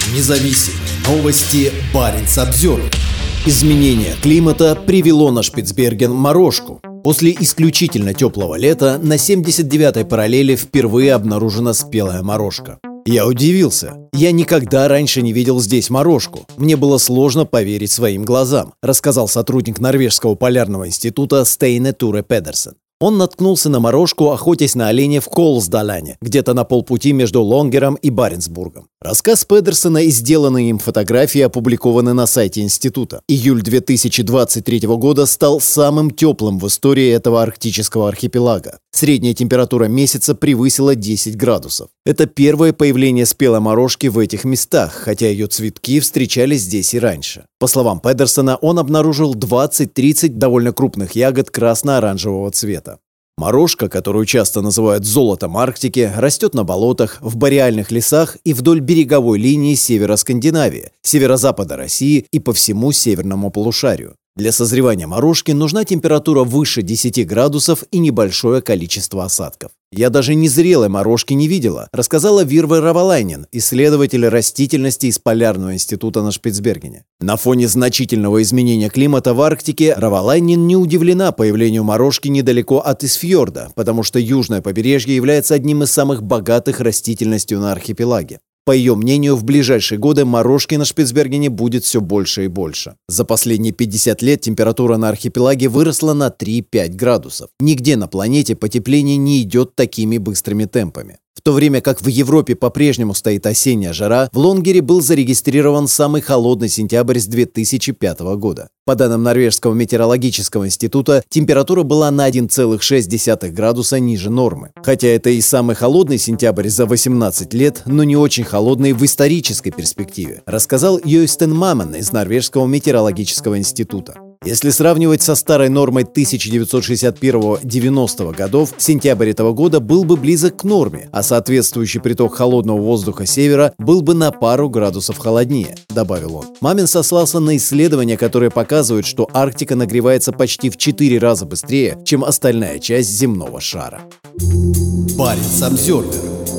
Независимые новости. Баренц-Обзервер. Изменение климата привело на Шпицберген морожку. После исключительно теплого лета на 79-й параллели впервые обнаружена спелая морожка. Я удивился. Я никогда раньше не видел здесь морожку. Мне было сложно поверить своим глазам, рассказал сотрудник Норвежского полярного института Стейне Туре Педерсен. Он наткнулся на морожку, охотясь на оленя в Колсдалане, где-то на полпути между Лонгером и Баренцбургом. Рассказ Педерсена и сделанные им фотографии опубликованы на сайте института. Июль 2023 года стал самым теплым в истории этого арктического архипелага. Средняя температура месяца превысила 10 градусов. Это первое появление спелой морожки в этих местах, хотя ее цветки встречались здесь и раньше. По словам Педерсена, он обнаружил 20-30 довольно крупных ягод красно-оранжевого цвета. Морожка, которую часто называют золотом Арктики, растет на болотах, в бореальных лесах и вдоль береговой линии севера Скандинавии, северо-запада России и по всему северному полушарию. Для созревания морожки нужна температура выше 10 градусов и небольшое количество осадков. «Я даже незрелой морожки не видела», рассказала Вирве Равалайнен, исследователь растительности из Полярного института на Шпицбергене. На фоне значительного изменения климата в Арктике Равалайнен не удивлена появлению морожки недалеко от Исфьорда, потому что южное побережье является одним из самых богатых растительностью на архипелаге. По ее мнению, в ближайшие годы морожки на Шпицбергене будет все больше и больше. За последние 50 лет температура на архипелаге выросла на 3-5 градусов. Нигде на планете потепление не идет такими быстрыми темпами. В то время как в Европе по-прежнему стоит осенняя жара, в Лонгере был зарегистрирован самый холодный сентябрь с 2005 года. По данным Норвежского метеорологического института, температура была на 1,6 градуса ниже нормы. Хотя это и самый холодный сентябрь за 18 лет, но не очень холодный в исторической перспективе, рассказал Йойстен Маммен из Норвежского метеорологического института. Если сравнивать со старой нормой 1961-90 годов, сентябрь этого года был бы близок к норме, а соответствующий приток холодного воздуха севера был бы на пару градусов холоднее, добавил он. Маммен сослался на исследования, которые показывают, что Арктика нагревается почти в 4 раза быстрее, чем остальная часть земного шара. Баренц-Обзервер.